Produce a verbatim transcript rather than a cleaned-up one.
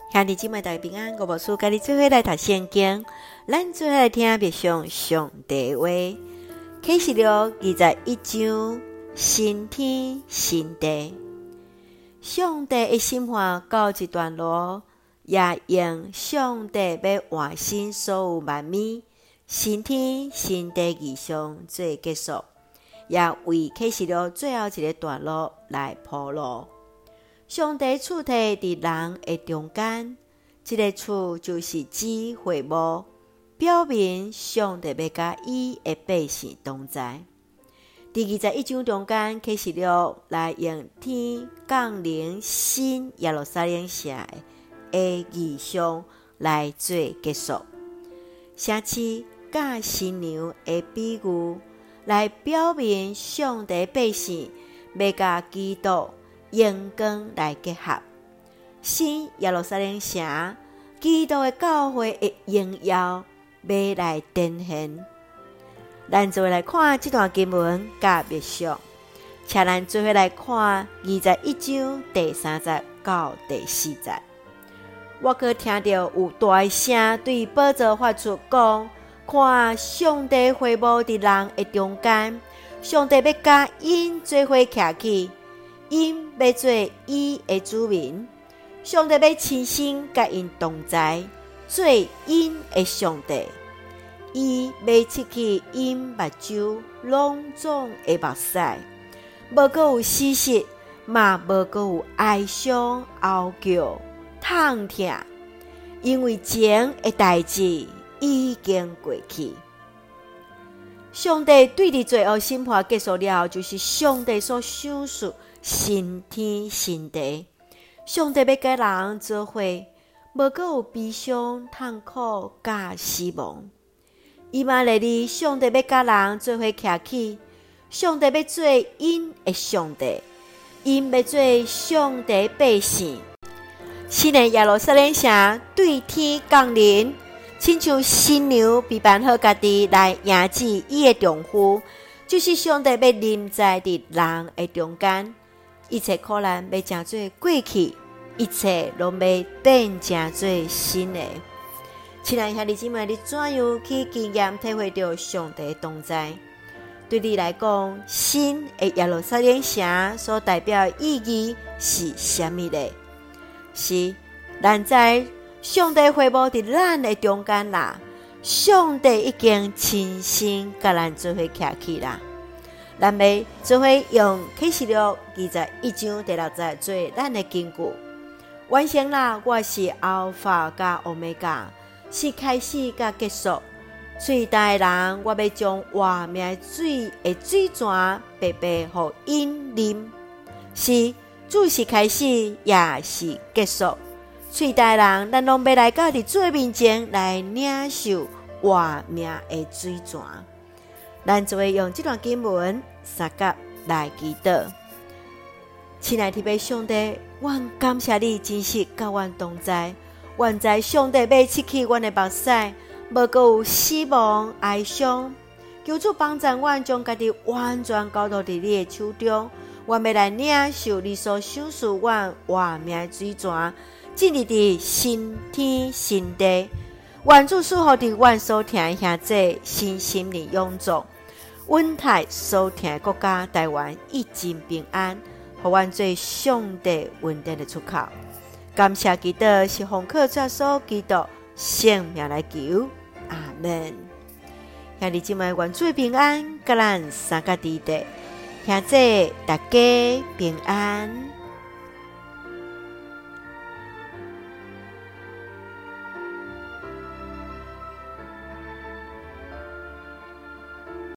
兄弟姊妹大家平安，我无事，跟你做伙来读圣经，咱做伙来听别上上帝话。启示录二十一章，新天新地。上帝的审判告一段落，也用上帝要换新所有万物，新天新地意象做结束，也为启示录最后一个段落来铺路。上帝处体伫人的中间，这个处就是指会幕，表明上帝要甲伊的百姓同在。第二十一章中间，启示录来用天降临新耶路撒冷城的意象来做结束，城市甲新娘的比喻来表明上帝百姓要甲基督阳光来结合，新耶路撒冷城基督的教会的荣耀要来展现。咱做伙来看这段经文甲密书，请咱做伙来看二十一章第三节到第四节。我可听到有大声对宝座发出讲：看上帝会幕伫人的中间，上帝要甲因做伙徛起。因要做伊的子民，上帝要亲身甲因同在，做因的上帝。伊要拭去因目睭拢总的目屎，无阁有死实，嘛无阁有哀伤、嚎叫、痛痛，因为前的代志已经过去。上帝对伫罪恶审判结束了后，就是上帝所赏赐新天新地。上帝要甲人做伙，无阁有悲伤、痛苦、甲死亡。伊嘛来哩，上帝要甲人做伙徛起。上帝要做因的上帝，因要做上帝百姓。新的耶路撒冷城对天降临，亲像新娘备办好家己来迎接伊的丈夫，就是上帝要临在伫人的中间。一切苦难要成做过去，一切拢要变成做新的。亲爱兄弟姊妹，你怎样去经验体会到上帝的同在？对你来讲，新的耶路撒冷城所代表的意义是什么呢？是咱在上帝会幕伫咱的中间啦，上帝已经亲身甲咱做伙徛起啦。咱要做伙用启示录二十一章第六节做咱的根据。完成啦，我是阿尔法甲欧米伽，是开始甲结束。喙大的人，我要将活命的水的水泉白白互因啉。是主是开始，也是结束。喙大的人，咱拢要来到伫主面前来领受活命的水泉。咱就会用这段经文三角来祈祷。亲爱的天父上帝，阮感谢你真实甲阮同在。愿在上帝要拭去阮的目屎，无阁有死亡、哀伤。求主帮助阮，将家己完全交托伫你的手中。阮要来领受你所赏赐阮活命的水泉，进入伫新天新地。愿主赐福伫阮所听的兄弟，身心灵永驻。稳泰所听的国家台湾一尽平安，互阮做上帝稳定的出口。感谢基督是奉靠主所基督圣名来求，阿门。兄弟姊妹，愿主平安，甲咱三个弟弟，兄弟大家平安。